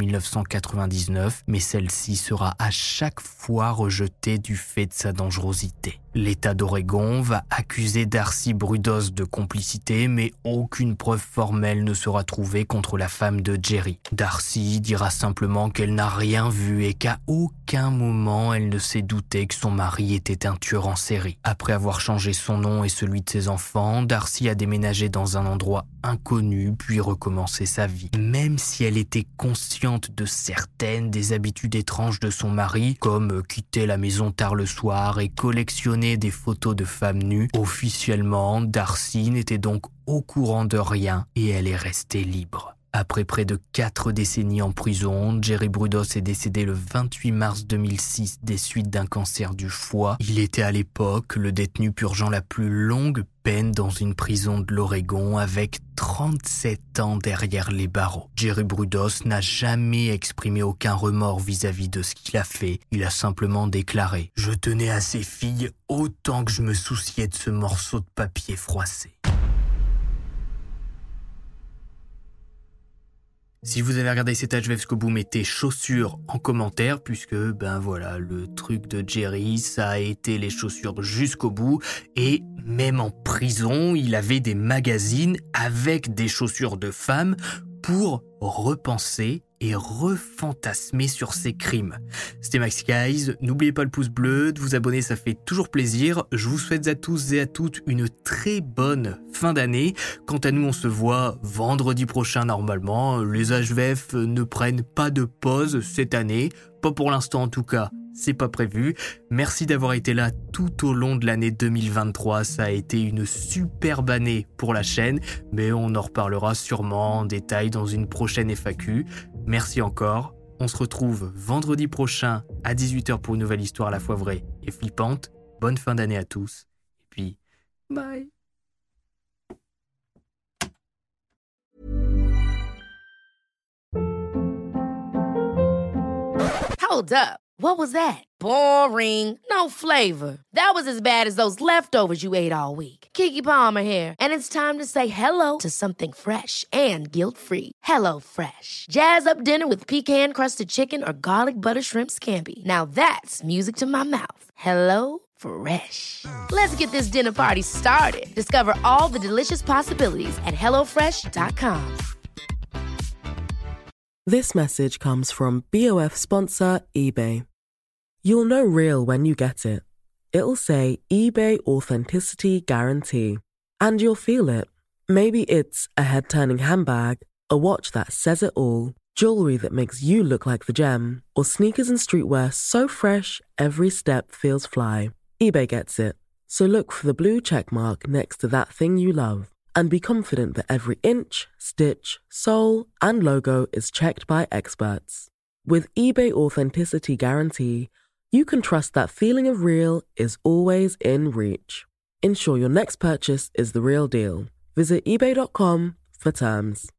1999, mais celle-ci sera à chaque fois rejetée du fait de sa dangerosité. L'État d'Oregon va accuser Darcy Brudos de complicité, mais aucune preuve formelle ne sera trouvée contre la femme de Jerry. Darcy dira simplement qu'elle n'a rien vu et qu'à aucun moment elle ne s'est doutée que son mari était un tueur en série. Après avoir changé son nom et celui de ses enfants, Darcy a déménagé dans un endroit inconnu puis recommencé sa vie. Même si elle était consciente de certaines des habitudes étranges de son mari, comme quitter la maison tard le soir et collectionner des photos de femmes nues, officiellement, Darcy n'était donc au courant de rien et elle est restée libre. Après près de 4 décennies en prison, Jerry Brudos est décédé le 28 mars 2006 des suites d'un cancer du foie. Il était à l'époque le détenu purgeant la plus longue peine dans une prison de l'Oregon avec 37 ans derrière les barreaux. Jerry Brudos n'a jamais exprimé aucun remords vis-à-vis de ce qu'il a fait. Il a simplement déclaré « Je tenais à ces filles autant que je me souciais de ce morceau de papier froissé ». Si vous avez regardé cet HVF jusqu'au bout, mettez chaussures en commentaire puisque, le truc de Jerry, ça a été les chaussures jusqu'au bout et même en prison, il avait des magazines avec des chaussures de femmes pour repenser et refantasmer sur ses crimes. C'était Maxi Guys, n'oubliez pas le pouce bleu, de vous abonner, ça fait toujours plaisir. Je vous souhaite à tous et à toutes une très bonne fin d'année. Quant à nous, on se voit vendredi prochain normalement. Les HVF ne prennent pas de pause cette année, pas pour l'instant en tout cas. C'est pas prévu. Merci d'avoir été là tout au long de l'année 2023. Ça a été une superbe année pour la chaîne, mais on en reparlera sûrement en détail dans une prochaine FAQ. Merci encore. On se retrouve vendredi prochain à 18h pour une nouvelle histoire à la fois vraie et flippante. Bonne fin d'année à tous. Et puis, bye. Hold up. What was that? Boring. No flavor. That was as bad as those leftovers you ate all week. Keke Palmer here, and it's time to say hello to something fresh and guilt-free. Hello Fresh. Jazz up dinner with pecan-crusted chicken or garlic butter shrimp scampi. Now that's music to my mouth. Hello Fresh. Let's get this dinner party started. Discover all the delicious possibilities at hellofresh.com. This message comes from BOF sponsor eBay. You'll know real when you get it. It'll say eBay Authenticity Guarantee. And you'll feel it. Maybe it's a head-turning handbag, a watch that says it all, jewelry that makes you look like the gem, or sneakers and streetwear so fresh every step feels fly. eBay gets it. So look for the blue check mark next to that thing you love. And be confident that every inch, stitch, sole, and logo is checked by experts. With eBay Authenticity Guarantee, you can trust that feeling of real is always in reach. Ensure your next purchase is the real deal. Visit eBay.com for terms.